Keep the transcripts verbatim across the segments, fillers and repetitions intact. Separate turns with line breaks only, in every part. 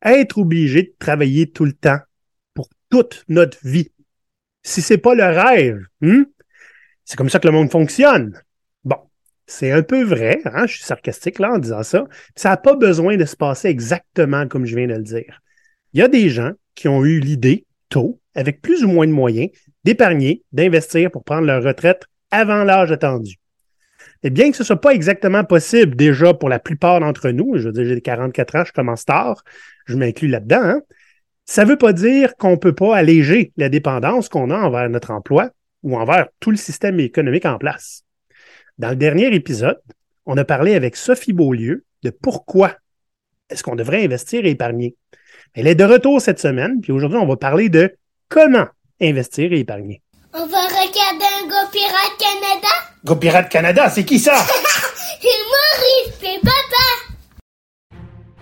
être obligé de travailler tout le temps pour toute notre vie. Si c'est pas le rêve, hein? C'est comme ça que le monde fonctionne. Bon, c'est un peu vrai, hein? Je suis sarcastique là en disant ça. Ça n'a pas besoin de se passer exactement comme je viens de le dire. Il y a des gens qui ont eu l'idée, tôt, avec plus ou moins de moyens, d'épargner, d'investir pour prendre leur retraite avant l'âge attendu. Et bien que ce ne soit pas exactement possible déjà pour la plupart d'entre nous, je veux dire, j'ai quarante-quatre ans, je commence tard, je m'inclus là-dedans, hein, ça ne veut pas dire qu'on ne peut pas alléger la dépendance qu'on a envers notre emploi ou envers tout le système économique en place. Dans le dernier épisode, on a parlé avec Sophie Beaulieu de pourquoi est-ce qu'on devrait investir et épargner. Elle est de retour cette semaine, puis aujourd'hui, on va parler de comment investir et épargner.
On va regarder un gars Pirate Canada?
Gars Pirate Canada, c'est qui ça?
C'est Maurice, c'est papa!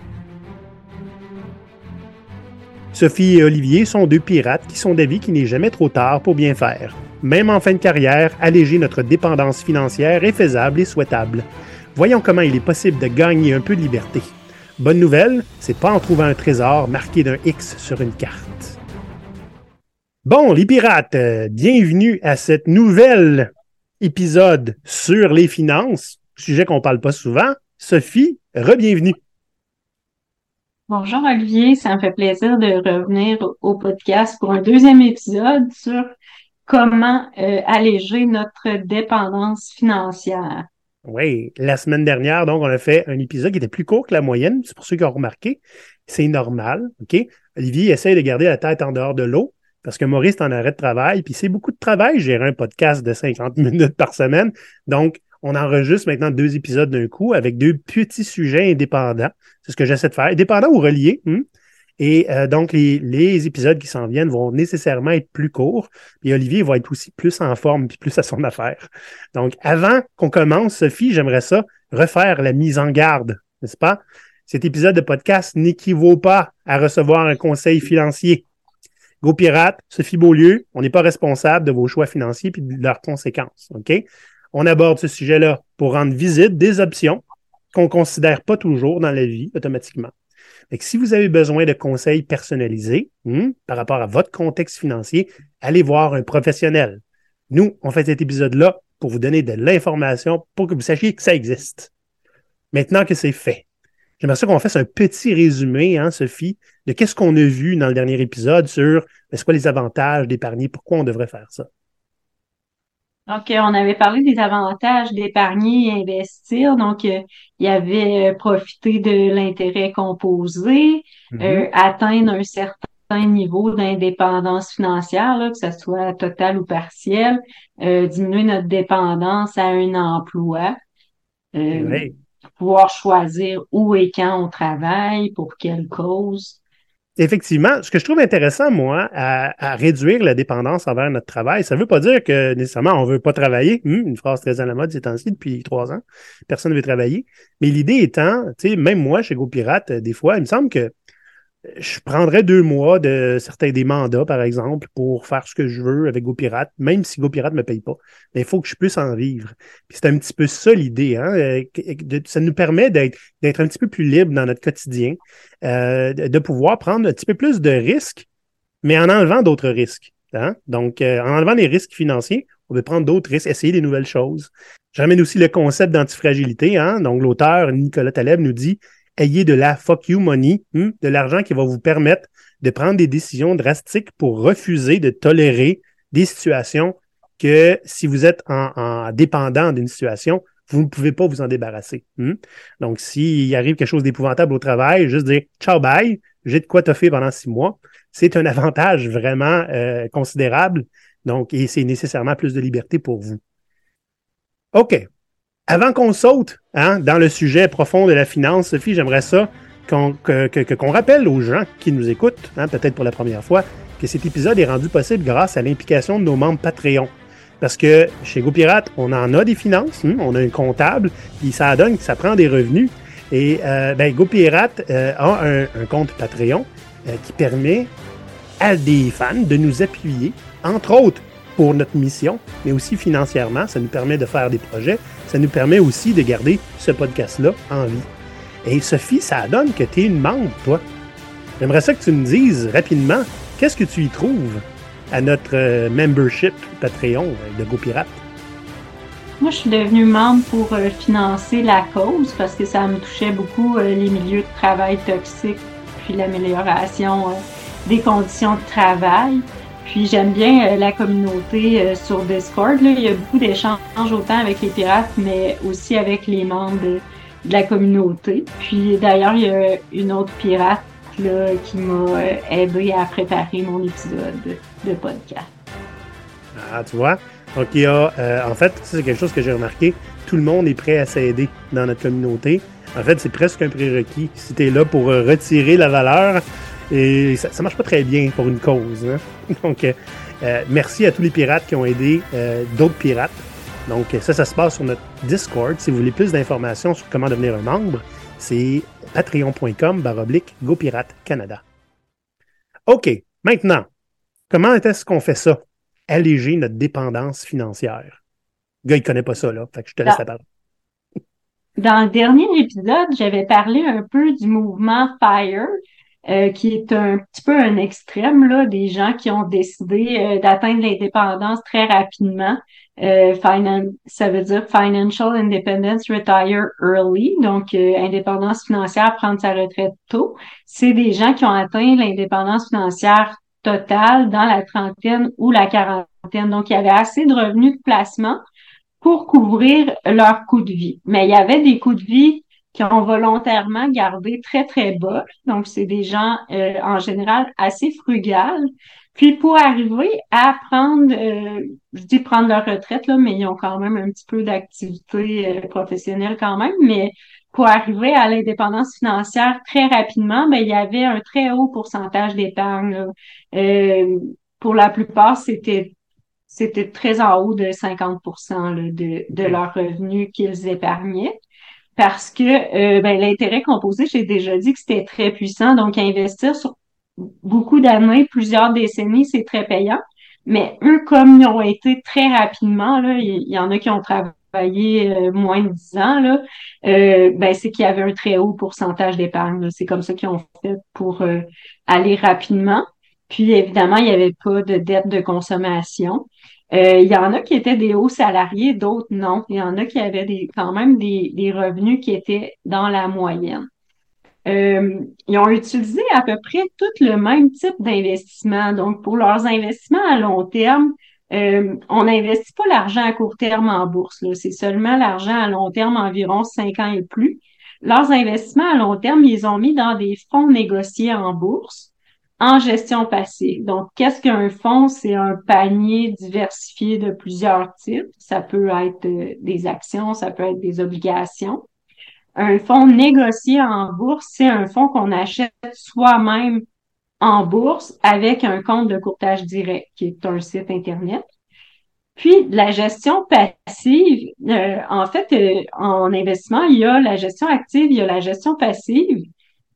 Sophie et Olivier sont deux pirates qui sont d'avis qu'il n'est jamais trop tard pour bien faire. Même en fin de carrière, alléger notre dépendance financière est faisable et souhaitable. Voyons comment il est possible de gagner un peu de liberté. Bonne nouvelle, c'est pas en trouvant un trésor marqué d'un X sur une carte. Bon, les pirates, euh, bienvenue à cette nouvelle épisode sur les finances, sujet qu'on parle pas souvent. Sophie, re-bienvenue.
Bonjour Olivier, ça me fait plaisir de revenir au podcast pour un deuxième épisode sur comment euh, alléger notre dépendance financière.
Oui, la semaine dernière, donc, on a fait un épisode qui était plus court que la moyenne. C'est pour ceux qui ont remarqué. C'est normal, OK? Olivier essaie de garder la tête en dehors de l'eau parce que Maurice est en arrêt de travail. Puis c'est beaucoup de travail, gérer un podcast de cinquante minutes par semaine. Donc, on enregistre maintenant deux épisodes d'un coup avec deux petits sujets indépendants. C'est ce que j'essaie de faire. Indépendants ou reliés. Hein? Et euh, donc, les, les épisodes qui s'en viennent vont nécessairement être plus courts. Puis Olivier va être aussi plus en forme puis plus à son affaire. Donc, avant qu'on commence, Sophie, j'aimerais ça refaire la mise en garde, n'est-ce pas? Cet épisode de podcast n'équivaut pas à recevoir un conseil financier. Go Pirate, Sophie Beaulieu, on n'est pas responsable de vos choix financiers puis de leurs conséquences, OK? On aborde ce sujet-là pour rendre visite des options qu'on ne considère pas toujours dans la vie automatiquement. Fait que si vous avez besoin de conseils personnalisés hmm, par rapport à votre contexte financier, allez voir un professionnel. Nous, on fait cet épisode-là pour vous donner de l'information pour que vous sachiez que ça existe. Maintenant que c'est fait, j'aimerais ça qu'on fasse un petit résumé, hein, Sophie, de qu'est-ce qu'on a vu dans le dernier épisode sur c'est quoi les avantages d'épargner, pourquoi on devrait faire ça.
Donc, euh, on avait parlé des avantages d'épargner et investir. Donc, euh, il y avait euh, profiter de l'intérêt composé, mm-hmm. euh, atteindre un certain niveau d'indépendance financière, là, que ce soit total ou partiel, euh, diminuer notre dépendance à un emploi, euh, oui. pouvoir choisir où et quand on travaille, pour quelle cause.
Effectivement, ce que je trouve intéressant, moi, à, à réduire la dépendance envers notre travail, ça ne veut pas dire que nécessairement on ne veut pas travailler. Hum, une phrase très à la mode ces temps-ci depuis trois ans. Personne ne veut travailler. Mais l'idée étant, tu sais, même moi, chez GoPirate, des fois, il me semble que je prendrais deux mois de certains des mandats, par exemple, pour faire ce que je veux avec GoPirate, même si GoPirate ne me paye pas. Mais il faut que je puisse en vivre. Puis c'est un petit peu ça l'idée. Hein? Ça nous permet d'être, d'être un petit peu plus libre dans notre quotidien, euh, de pouvoir prendre un petit peu plus de risques, mais en enlevant d'autres risques. Hein? Donc, euh, en enlevant les risques financiers, on peut prendre d'autres risques, essayer des nouvelles choses. Je ramène aussi le concept d'antifragilité. Hein? Donc, l'auteur Nicolas Taleb nous dit ayez de la fuck you money, hmm, de l'argent qui va vous permettre de prendre des décisions drastiques pour refuser de tolérer des situations que si vous êtes en, en dépendant d'une situation, vous ne pouvez pas vous en débarrasser. Hmm. Donc, s'il arrive quelque chose d'épouvantable au travail, juste dire « ciao, bye, j'ai de quoi toffer pendant six mois », c'est un avantage vraiment euh, considérable. Donc, et c'est nécessairement plus de liberté pour vous. OK. Avant qu'on saute hein, dans le sujet profond de la finance, Sophie, j'aimerais ça qu'on, que, que, qu'on rappelle aux gens qui nous écoutent, hein, peut-être pour la première fois, que cet épisode est rendu possible grâce à l'implication de nos membres Patreon. Parce que chez GoPirate, on en a des finances, hein, on a un comptable, puis ça donne que ça prend des revenus. Et euh, ben, GoPirate euh, a un, un compte Patreon euh, qui permet à des fans de nous appuyer, entre autres, pour notre mission, mais aussi financièrement. Ça nous permet de faire des projets. Ça nous permet aussi de garder ce podcast-là en vie. Et Sophie, ça donne que tu es une membre, toi. J'aimerais ça que tu me dises rapidement, qu'est-ce que tu y trouves à notre euh, membership Patreon euh, de GoPirate?
Moi, je suis devenue membre pour euh, financer la cause parce que ça me touchait beaucoup euh, les milieux de travail toxiques puis l'amélioration euh, des conditions de travail. Puis j'aime bien euh, la communauté euh, sur Discord. Là. Il y a beaucoup d'échanges autant avec les pirates, mais aussi avec les membres de, de la communauté. Puis d'ailleurs, il y a une autre pirate là, qui m'a euh, aidé à préparer mon épisode de, de podcast.
Ah, tu vois? Donc, il y a, euh, en fait, c'est quelque chose que j'ai remarqué, tout le monde est prêt à s'aider dans notre communauté. En fait, c'est presque un prérequis. Si tu es là pour euh, retirer la valeur, et ça, ça marche pas très bien pour une cause. Hein? Donc, euh, euh, merci à tous les pirates qui ont aidé euh, d'autres pirates. Donc, ça, ça se passe sur notre Discord. Si vous voulez plus d'informations sur comment devenir un membre, c'est patreon.com baroblique GoPirate Canada. OK, maintenant, comment est-ce qu'on fait ça? Alléger notre dépendance financière. Le gars, il connaît pas ça, là. Fait que je te laisse
Dans,
la parole.
dans le dernier épisode, j'avais parlé un peu du mouvement FIRE, euh, qui est un petit peu un extrême, là, des gens qui ont décidé euh, d'atteindre l'indépendance très rapidement. Euh, finan- ça veut dire Financial Independence Retire Early, donc euh, indépendance financière, prendre sa retraite tôt. C'est des gens qui ont atteint l'indépendance financière totale dans la trentaine ou la quarantaine. Donc, il y avait assez de revenus de placement pour couvrir leurs coûts de vie. Mais il y avait des coûts de vie qui ont volontairement gardé très, très bas. Donc, c'est des gens, euh, en général, assez frugales. Puis, pour arriver à prendre, euh, je dis prendre leur retraite, là, mais ils ont quand même un petit peu d'activité euh, professionnelle quand même, mais pour arriver à l'indépendance financière très rapidement, ben, il y avait un très haut pourcentage d'épargne, là. Euh, pour la plupart, c'était c'était très en haut de cinquante pour cent là, de, de leurs revenus qu'ils épargnaient parce que euh, ben, l'intérêt composé, j'ai déjà dit que c'était très puissant. Donc, investir sur beaucoup d'années, plusieurs décennies, c'est très payant. Mais eux, comme ils ont été très rapidement, là, il y, y en a qui ont travaillé euh, moins de dix ans, là, euh, ben, c'est qu'il y avait un très haut pourcentage d'épargne. C'est comme ça qu'ils ont fait pour euh, aller rapidement. Puis, évidemment, il n'y avait pas de dette de consommation. Euh, il y en a qui étaient des hauts salariés, d'autres non. Il y en a qui avaient des, quand même des, des revenus qui étaient dans la moyenne. Euh, ils ont utilisé à peu près tout le même type d'investissement. Donc, pour leurs investissements à long terme, euh, on n'investit pas l'argent à court terme en bourse, là. C'est seulement l'argent à long terme, environ cinq ans et plus. Leurs investissements à long terme, ils ont mis dans des fonds négociés en bourse en gestion passive. Donc, qu'est-ce qu'un fonds? C'est un panier diversifié de plusieurs types. Ça peut être euh, des actions, ça peut être des obligations. Un fonds négocié en bourse, c'est un fonds qu'on achète soi-même en bourse avec un compte de courtage direct, qui est un site Internet. Puis, la gestion passive, euh, en fait, euh, en investissement, il y a la gestion active, il y a la gestion passive.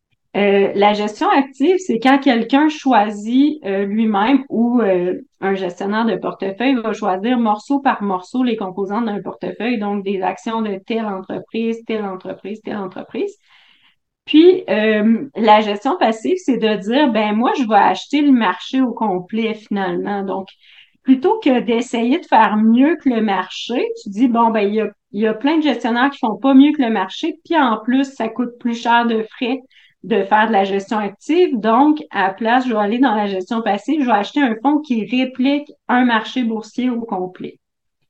Euh, la gestion active, c'est quand quelqu'un choisit euh, lui-même ou euh, un gestionnaire de portefeuille va choisir morceau par morceau les composantes d'un portefeuille, donc des actions de telle entreprise, telle entreprise, telle entreprise. Puis, euh, la gestion passive, c'est de dire, ben moi, je vais acheter le marché au complet finalement. Donc, plutôt que d'essayer de faire mieux que le marché, tu dis, bon, ben il y a, il y a plein de gestionnaires qui font pas mieux que le marché, puis en plus, ça coûte plus cher de frais de faire de la gestion active. Donc, à la place, je vais aller dans la gestion passive, je vais acheter un fonds qui réplique un marché boursier au complet.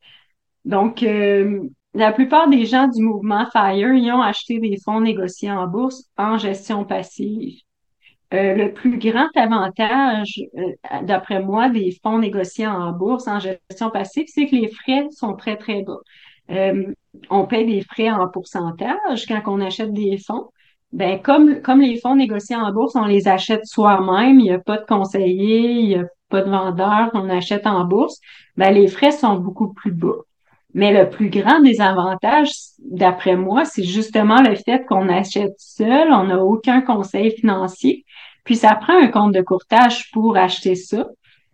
Donc, euh, la plupart des gens du mouvement FIRE, ils ont acheté des fonds négociés en bourse en gestion passive. Euh, le plus grand avantage, euh, d'après moi, des fonds négociés en bourse en gestion passive, c'est que les frais sont très, très bas. Euh, on paie des frais en pourcentage quand on achète des fonds. Ben, comme, comme les fonds négociés en bourse, on les achète soi-même, il n'y a pas de conseiller, il n'y a pas de vendeur, on achète en bourse, ben, les frais sont beaucoup plus bas. Mais le plus grand désavantage, d'après moi, c'est justement le fait qu'on achète seul, on n'a aucun conseil financier, puis ça prend un compte de courtage pour acheter ça,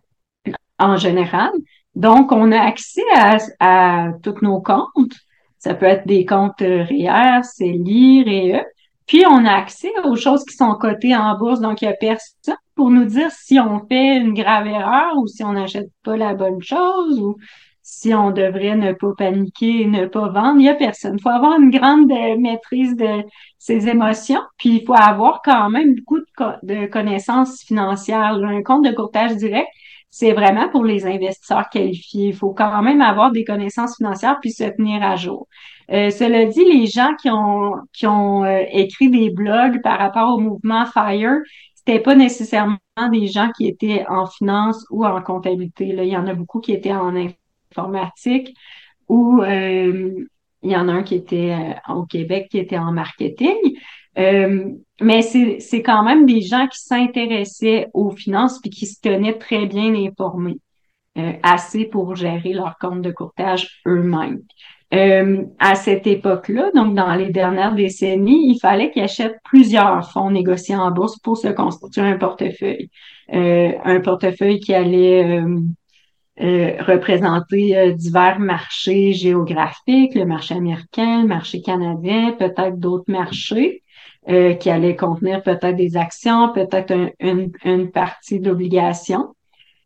en général. Donc, on a accès à, à tous nos comptes. Ça peut être des comptes R E E R, C E L I, R E E, Puis, on a accès aux choses qui sont cotées en bourse. Donc, il y a personne pour nous dire si on fait une grave erreur ou si on n'achète pas la bonne chose ou si on devrait ne pas paniquer et ne pas vendre. Il y a personne. Il faut avoir une grande euh, maîtrise de ses émotions. Puis, il faut avoir quand même beaucoup de, co- de connaissances financières. Un compte de courtage direct, c'est vraiment pour les investisseurs qualifiés. Il faut quand même avoir des connaissances financières puis se tenir à jour. Euh, cela dit, les gens qui ont qui ont euh, écrit des blogs par rapport au mouvement FIRE, c'était pas nécessairement des gens qui étaient en finance ou en comptabilité. Là, il y en a beaucoup qui étaient en informatique ou euh, il y en a un qui était euh, au Québec qui était en marketing. Euh, mais c'est c'est quand même des gens qui s'intéressaient aux finances puis qui se tenaient très bien informés, euh, assez pour gérer leur compte de courtage eux-mêmes. Euh, à cette époque-là, donc dans les dernières décennies, il fallait qu'ils achètent plusieurs fonds négociés en bourse pour se constituer un portefeuille. Euh, un portefeuille qui allait euh, euh, représenter euh, divers marchés géographiques, le marché américain, le marché canadien, peut-être d'autres marchés, euh, qui allaient contenir peut-être des actions, peut-être un, une, une partie d'obligations.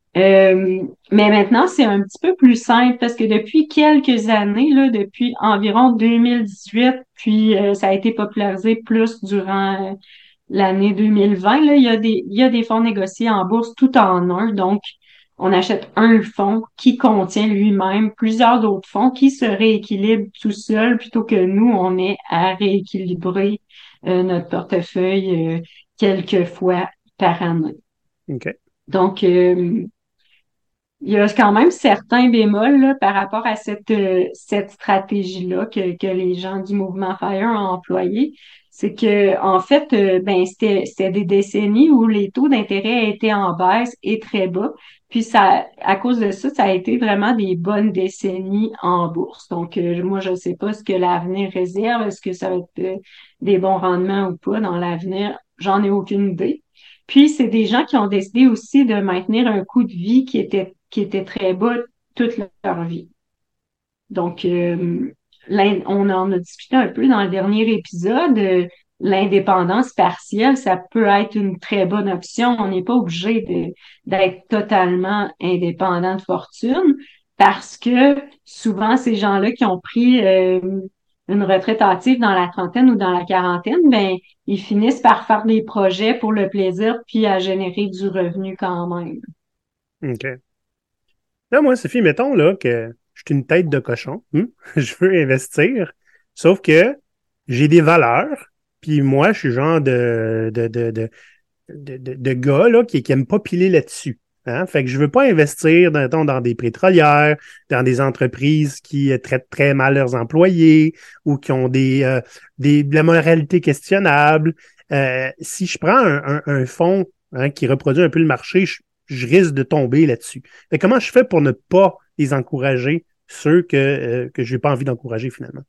Euh, mais maintenant, c'est un petit peu plus simple parce que depuis quelques années, là, depuis environ deux mille dix-huit, puis euh, ça a été popularisé plus durant euh, l'année deux mille vingt, là, il y a des, il y a des fonds négociés en bourse tout en un. Donc, on achète un fonds qui contient lui-même plusieurs autres fonds qui se rééquilibrent tout seul plutôt que nous, on est à rééquilibrer euh, notre portefeuille euh, quelques fois par année.
OK.
Donc, euh, il y a quand même certains bémols là, par rapport à cette, euh, cette stratégie-là que, que les gens du mouvement FIRE ont employé. C'est que, en fait, euh, ben, c'était, c'était des décennies où les taux d'intérêt étaient en baisse et très bas. Puis ça, à cause de ça, ça a été vraiment des bonnes décennies en bourse. Donc, euh, moi, je ne sais pas ce que l'avenir réserve. Est-ce que ça va être euh, des bons rendements ou pas dans l'avenir? J'en ai aucune idée. Puis, c'est des gens qui ont décidé aussi de maintenir un coût de vie qui était, qui était très bas toute leur vie. Donc, euh, on en a discuté un peu dans le dernier épisode. Euh, l'indépendance partielle, ça peut être une très bonne option. On n'est pas obligé de, d'être totalement indépendant de fortune parce que souvent, ces gens-là qui ont pris euh, une retraite active dans la trentaine ou dans la quarantaine, ben, ils finissent par faire des projets pour le plaisir puis à générer du revenu quand même.
OK. Là, moi, Sophie, mettons là, que je suis une tête de cochon. Hmm? Je veux investir. Sauf que j'ai des valeurs. Puis moi, je suis genre de, de, de, de, de, de, de gars là, qui, qui aime pas piler là-dessus. Hein? Fait que je veux pas investir dans, dans des pétrolières, dans des entreprises qui euh, traitent très mal leurs employés ou qui ont des, euh, des de la moralité questionnable. Euh, si je prends un, un, un fonds hein, qui reproduit un peu le marché, je, je risque de tomber là-dessus. Mais comment je fais pour ne pas les encourager, ceux que, euh, que j'ai pas envie d'encourager finalement?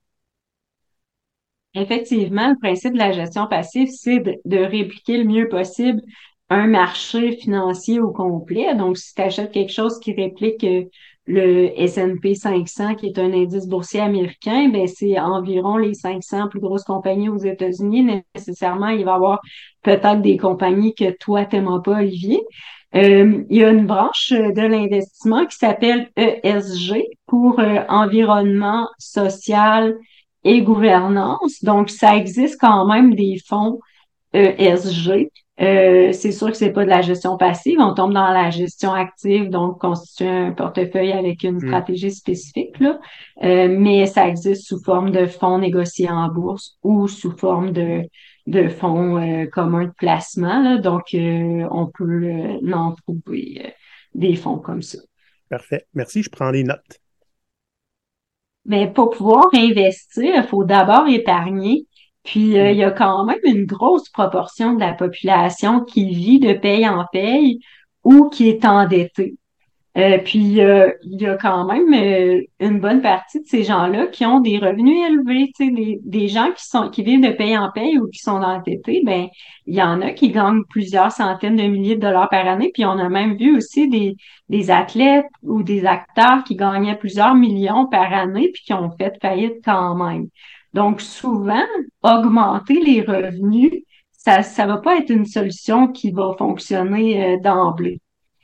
Effectivement, le principe de la gestion passive, c'est de, de répliquer le mieux possible un marché financier au complet. Donc, si tu achètes quelque chose qui réplique euh, le S and P cinq cents, qui est un indice boursier américain, ben c'est environ les cinq cents plus grosses compagnies aux États-Unis. Nécessairement, il va y avoir peut-être des compagnies que toi, t'aimeras pas, Olivier. Euh, il y a une branche de l'investissement qui s'appelle E S G pour euh, environnement social et gouvernance. Donc, ça existe quand même des fonds E S G. Euh, c'est sûr que c'est pas de la gestion passive, on tombe dans la gestion active, donc constituer un portefeuille avec une
Hmm.
stratégie spécifique, là. Euh, mais ça existe sous forme de fonds négociés en bourse ou sous forme de, de fonds euh, communs de placement, là. Donc, euh, on peut euh, en trouver euh, des fonds comme ça.
Parfait. Merci, je prends des notes.
Mais pour pouvoir investir, il faut d'abord épargner. Puis, euh,
Hmm.
il y a quand même une grosse proportion de la population qui vit de paye en paye ou qui est endettée. Euh, puis, euh, il y a quand même euh, une bonne partie de ces gens-là qui ont des revenus élevés. Tu sais, des, des gens qui sont qui vivent de paye en paye ou qui sont endettés, ben il y en a qui gagnent plusieurs centaines de milliers de dollars par année. Puis, on a même vu aussi des, des athlètes ou des acteurs qui gagnaient plusieurs millions par année puis qui ont fait faillite quand même. Donc, souvent, augmenter les revenus, ça ça va pas être une solution qui va fonctionner euh, d'emblée.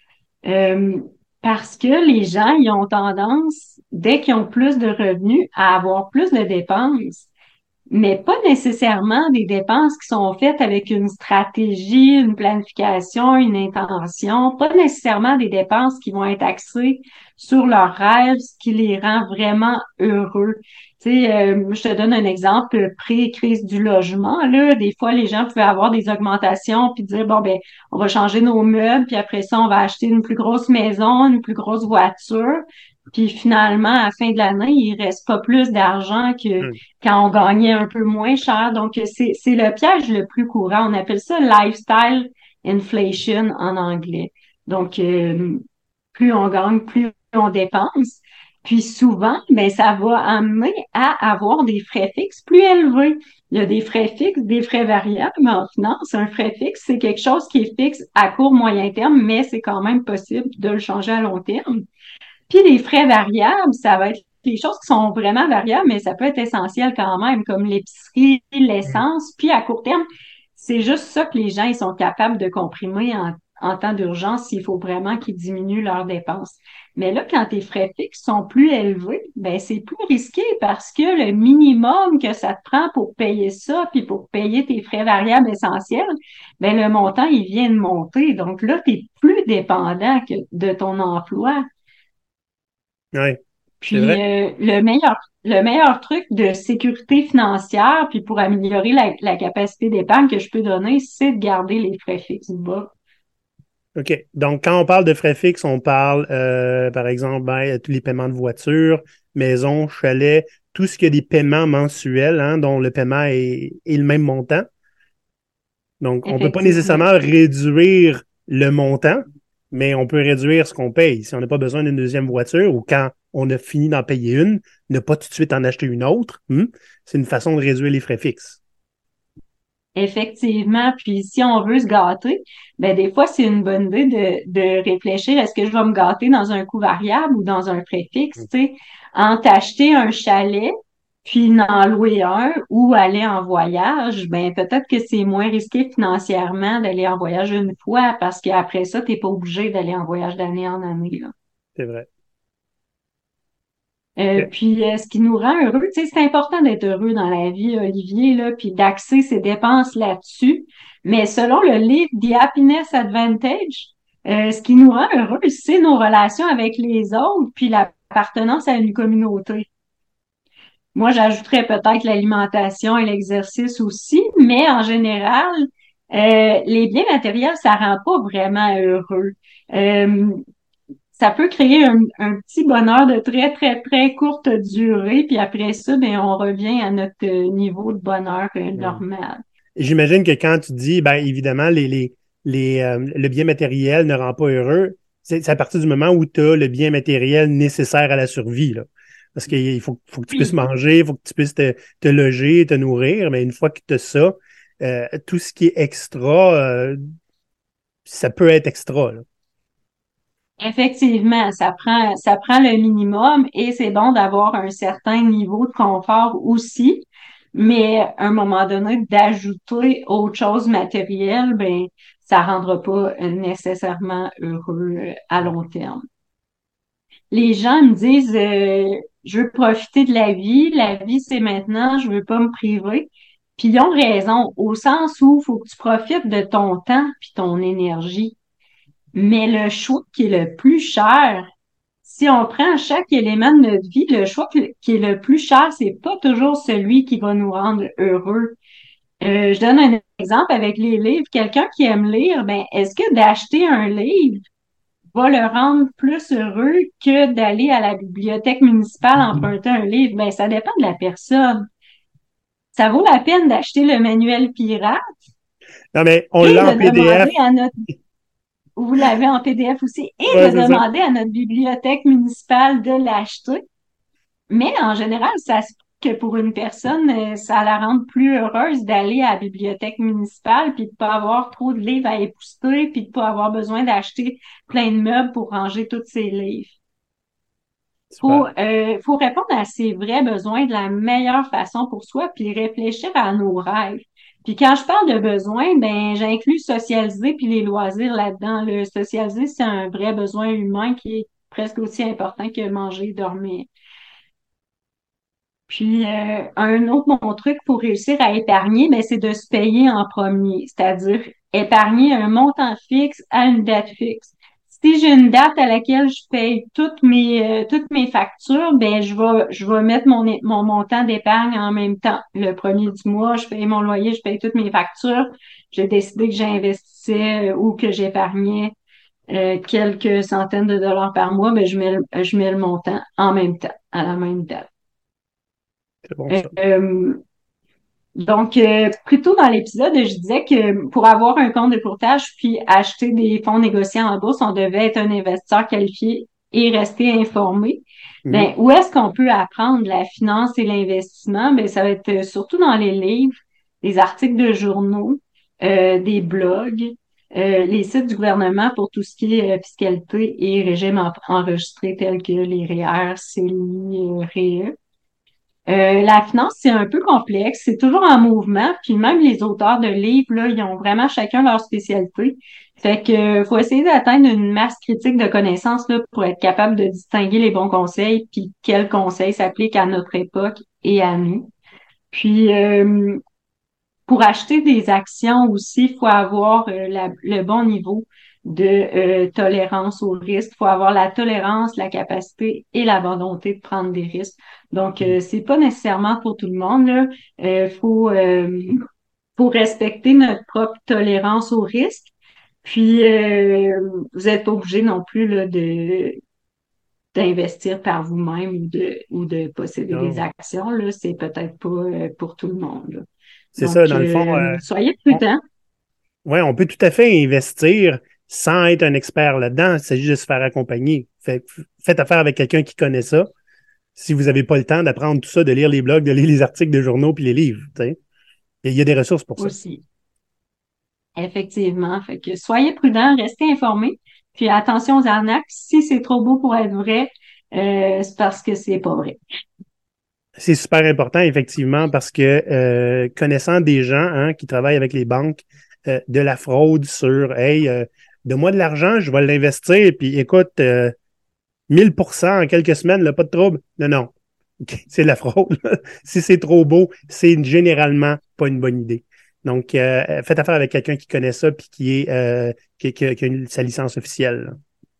Euh, Parce que les gens, ils ont tendance, dès qu'ils ont plus de revenus, à avoir plus de dépenses, mais pas nécessairement des dépenses qui sont faites avec une stratégie, une planification, une intention, pas nécessairement des dépenses qui vont être axées sur leurs rêves, ce qui les rend vraiment heureux. Tu sais, euh, je te donne un exemple pré-crise du logement, là, des fois les gens pouvaient avoir des augmentations puis dire bon ben on va changer nos meubles puis après ça on va acheter une plus grosse maison, une plus grosse voiture. Puis finalement, à la fin de l'année, il reste pas plus d'argent que
Hmm.
quand on gagnait un peu moins cher. Donc, c'est, c'est le piège le plus courant. On appelle ça lifestyle inflation en anglais. Donc, euh, plus on gagne, plus on dépense. Puis souvent, ben, ça va amener à avoir des frais fixes plus élevés. Il y a des frais fixes, des frais variables, mais en finance, un frais fixe, c'est quelque chose qui est fixe à court, moyen terme, mais c'est quand même possible de le changer à long terme. Puis les frais variables, ça va être des choses qui sont vraiment variables, mais ça peut être essentiel quand même, comme l'épicerie,
Hmm.
l'essence. Puis à court terme, c'est juste ça que les gens ils sont capables de comprimer en, en temps d'urgence s'il faut vraiment qu'ils diminuent leurs dépenses. Mais là, quand tes frais fixes sont plus élevés, ben c'est plus risqué parce que le minimum que ça te prend pour payer ça, puis pour payer tes frais variables essentiels, ben le montant, il vient de monter. Donc là, tu es plus dépendant que de ton emploi.
Ouais, c'est
Puis
vrai.
euh, le meilleur le meilleur truc de sécurité financière, puis pour améliorer la, la capacité d'épargne que je peux donner, c'est de garder les frais fixes bas.
OK. Donc, quand on parle de frais fixes, on parle, euh, par exemple, ben, tous les paiements de voiture, maison, chalet, tout ce qui a des paiements mensuels, hein, dont le paiement est, est le même montant. Donc, on ne peut pas
Effectivement.
nécessairement réduire le montant, mais on peut réduire ce qu'on paye. Si on n'a pas besoin d'une deuxième voiture ou quand on a fini d'en payer une, ne pas tout de suite en acheter une autre, hmm, c'est une façon de réduire les frais fixes.
Effectivement. Puis si on veut se gâter, ben des fois, c'est une bonne idée de, de réfléchir, est-ce que je vais me gâter dans un coût variable ou dans un frais fixe, tu sais? En t'acheter un chalet, puis en louer un ou aller en voyage, ben peut-être que c'est moins risqué financièrement d'aller en voyage une fois parce qu'après ça, t'es pas obligé d'aller en voyage d'année en année, là.
C'est vrai.
Euh,
OK.
puis, euh, ce qui nous rend heureux, tu sais, c'est important d'être heureux dans la vie, Olivier, là, puis d'axer ses dépenses là-dessus. Mais selon le livre The Happiness Advantage, euh, ce qui nous rend heureux, c'est nos relations avec les autres, puis l'appartenance à une communauté. Moi, j'ajouterais peut-être l'alimentation et l'exercice aussi, mais en général, euh, les biens matériels, ça rend pas vraiment heureux. Euh, Ça peut créer un, un petit bonheur de très, très, très courte durée, puis après ça, ben, on revient à notre euh, niveau de bonheur euh,
Hmm.
normal.
J'imagine que quand tu dis, ben évidemment, les, les, les, euh, le bien matériel ne rend pas heureux, c'est c'est à partir du moment où tu as le bien matériel nécessaire à la survie, là. Parce qu'il faut, faut que tu puisses
Oui,
manger, il faut que tu puisses te, te loger, te nourrir, mais une fois que tu as ça, euh, tout ce qui est extra, euh, ça peut être extra, là.
effectivement, ça prend, ça prend le minimum et c'est bon d'avoir un certain niveau de confort aussi, mais à un moment donné, d'ajouter autre chose matérielle, ben, ça rendra pas euh, nécessairement heureux euh, à
Ouais.
long terme. Les gens me disent, euh, je veux profiter de la vie, la vie c'est maintenant, je veux pas me priver. Puis ils ont raison, au sens où il faut que tu profites de ton temps puis ton énergie. Mais le choix qui est le plus cher, si on prend chaque élément de notre vie, le choix qui est le plus cher, c'est pas toujours celui qui va nous rendre heureux. Euh, je donne un exemple avec les livres. Quelqu'un qui aime lire, ben, est-ce que d'acheter un livre va le rendre plus heureux que d'aller à la bibliothèque municipale emprunter un livre? Ben, ça dépend de la personne. Ça vaut la peine d'acheter le manuel pirate
Non, mais on
et
l'a en
de demander
P D F.
à notre, vous l'avez en P D F aussi, et
Ouais,
de
c'est ça.
demander à notre bibliothèque municipale de l'acheter. Mais en général, ça se peut que pour une personne, euh, ça la rende plus heureuse d'aller à la bibliothèque municipale puis de pas avoir trop de livres à épousseter puis de pas avoir besoin d'acheter plein de meubles pour ranger tous ses livres. Faut, euh, faut répondre à ses vrais besoins de la meilleure façon pour soi, puis réfléchir à nos rêves. Puis quand je parle de besoins, ben j'inclus socialiser puis les loisirs là-dedans. Le socialiser, c'est un vrai besoin humain qui est presque aussi important que manger, dormir. Puis euh, un autre mon truc pour réussir à épargner, ben c'est de se payer en premier, c'est-à-dire épargner un montant fixe à une date fixe. Si j'ai une date à laquelle je paye toutes mes euh, toutes mes factures, ben je vais je vais mettre mon mon montant d'épargne en même temps. Le premier du mois, je paye mon loyer, je paye toutes mes factures. J'ai décidé que j'investissais euh, ou que j'épargnais euh, quelques centaines de dollars par mois, ben je mets le, je mets le montant en même temps, à la même date.
C'est bon, ça.
Euh, donc, euh, plus tôt dans l'épisode, je disais que pour avoir un compte de courtage puis acheter des fonds négociés en bourse, on devait être un investisseur qualifié et rester informé.
Mhm.
Ben, où est-ce qu'on peut apprendre la finance et l'investissement? Ben, ça va être surtout dans les livres, les articles de journaux, euh, des blogs, euh, les sites du gouvernement pour tout ce qui est euh, fiscalité et régime en- enregistré tels que les R E E R, C E L I, euh, R E E. Euh, la finance, c'est un peu complexe, c'est toujours en mouvement, puis même les auteurs de livres, là, ils ont vraiment chacun leur spécialité. Fait que faut essayer d'atteindre une masse critique de connaissances là, pour être capable de distinguer les bons conseils, puis quels conseils s'appliquent à notre époque et à nous. Puis euh, pour acheter des actions aussi, il faut avoir euh, la- le bon niveau de euh, tolérance au risque. Il faut avoir la tolérance, la capacité et la volonté de prendre des risques. Donc, euh, c'est pas nécessairement pour tout le monde, là. Euh, faut, euh, faut respecter notre propre tolérance au risque. Puis, euh, vous n'êtes pas obligé non plus là, de d'investir par vous-même ou de ou de posséder des
Non.
actions. Là, c'est peut-être pas euh, pour tout le monde. Là.
C'est ça,
Donc,
dans le fond.
euh,
Euh,
soyez
on,
prudents.
ouais, on peut tout à fait investir sans être un expert là-dedans. Il s'agit de se faire accompagner. Fait- faites affaire avec quelqu'un qui connaît ça. Si vous n'avez pas le temps d'apprendre tout ça, de lire les blogs, de lire les articles de journaux puis les livres, tu sais. Il y a des ressources pour ça.
Aussi. Effectivement. Fait que soyez prudents, restez informés. Puis attention aux arnaques. Si c'est trop beau pour être vrai, euh, c'est parce que c'est pas vrai.
C'est super important, effectivement, parce que euh, connaissant des gens hein, qui travaillent avec les banques, euh, de la fraude sur Hey, euh, donne-moi de l'argent, je vais l'investir, puis écoute, euh, mille pour cent en quelques semaines, là, pas de trouble. Non, non. C'est de la fraude. Si c'est trop beau, c'est généralement pas une bonne idée. Donc, euh, faites affaire avec quelqu'un qui connaît ça puis qui est euh, qui, qui- qui a une- sa licence officielle. là.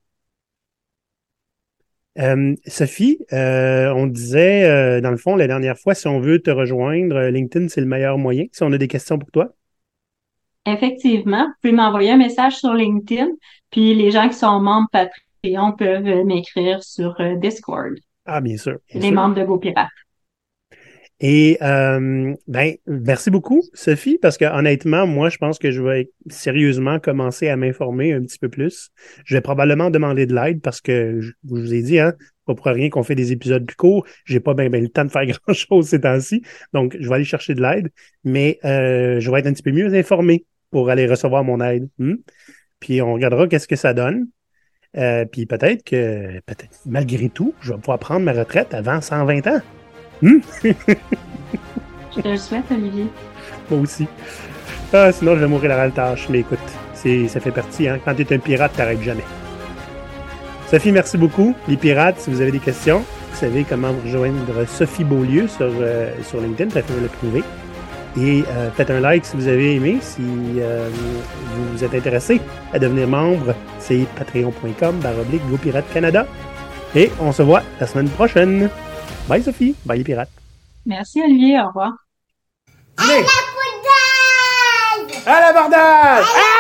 Euh, Sophie, euh, on disait, euh, dans le fond, la dernière fois, si on veut te rejoindre, euh, LinkedIn, c'est le meilleur moyen. Si on a des questions pour toi.
Effectivement, vous pouvez m'envoyer un message sur LinkedIn, puis les gens qui sont membres Patreon peuvent euh, m'écrire sur euh, Discord,
Ah, bien sûr, bien
les
sûr.
membres de GoPirate.
Et euh, ben, merci beaucoup, Sophie, parce que honnêtement, moi, je pense que je vais sérieusement commencer à m'informer un petit peu plus. Je vais probablement demander de l'aide parce que je, je vous ai dit, hein, pas pour rien qu'on fait des épisodes plus courts. J'ai pas bien ben le temps de faire grand-chose ces temps-ci, donc je vais aller chercher de l'aide, mais euh, je vais être un petit peu mieux informé pour aller recevoir mon aide. Hmm? Puis on regardera qu'est-ce que ça donne. Euh, puis peut-être que, peut-être malgré tout, je vais pouvoir prendre ma retraite avant cent vingt ans. Hmm?
Je te le souhaite, Olivier.
Moi aussi. Ah, sinon, je vais mourir à la tâche. Mais écoute, c'est, ça fait partie. Hein? Quand tu es un pirate, tu n'arrêtes jamais. Sophie, merci beaucoup. Les pirates, si vous avez des questions, vous savez comment vous rejoindre Sophie Beaulieu sur, euh, sur LinkedIn. Faites le prouver. Et euh, faites un like si vous avez aimé. Si euh, vous êtes intéressé à devenir membre, c'est patreon.com baroblique GoPirate Canada. Et on se voit la semaine prochaine. Bye Sophie. Bye les pirates.
Merci, Olivier. Au revoir.
À l'abordage!
À l'abordage! Ah!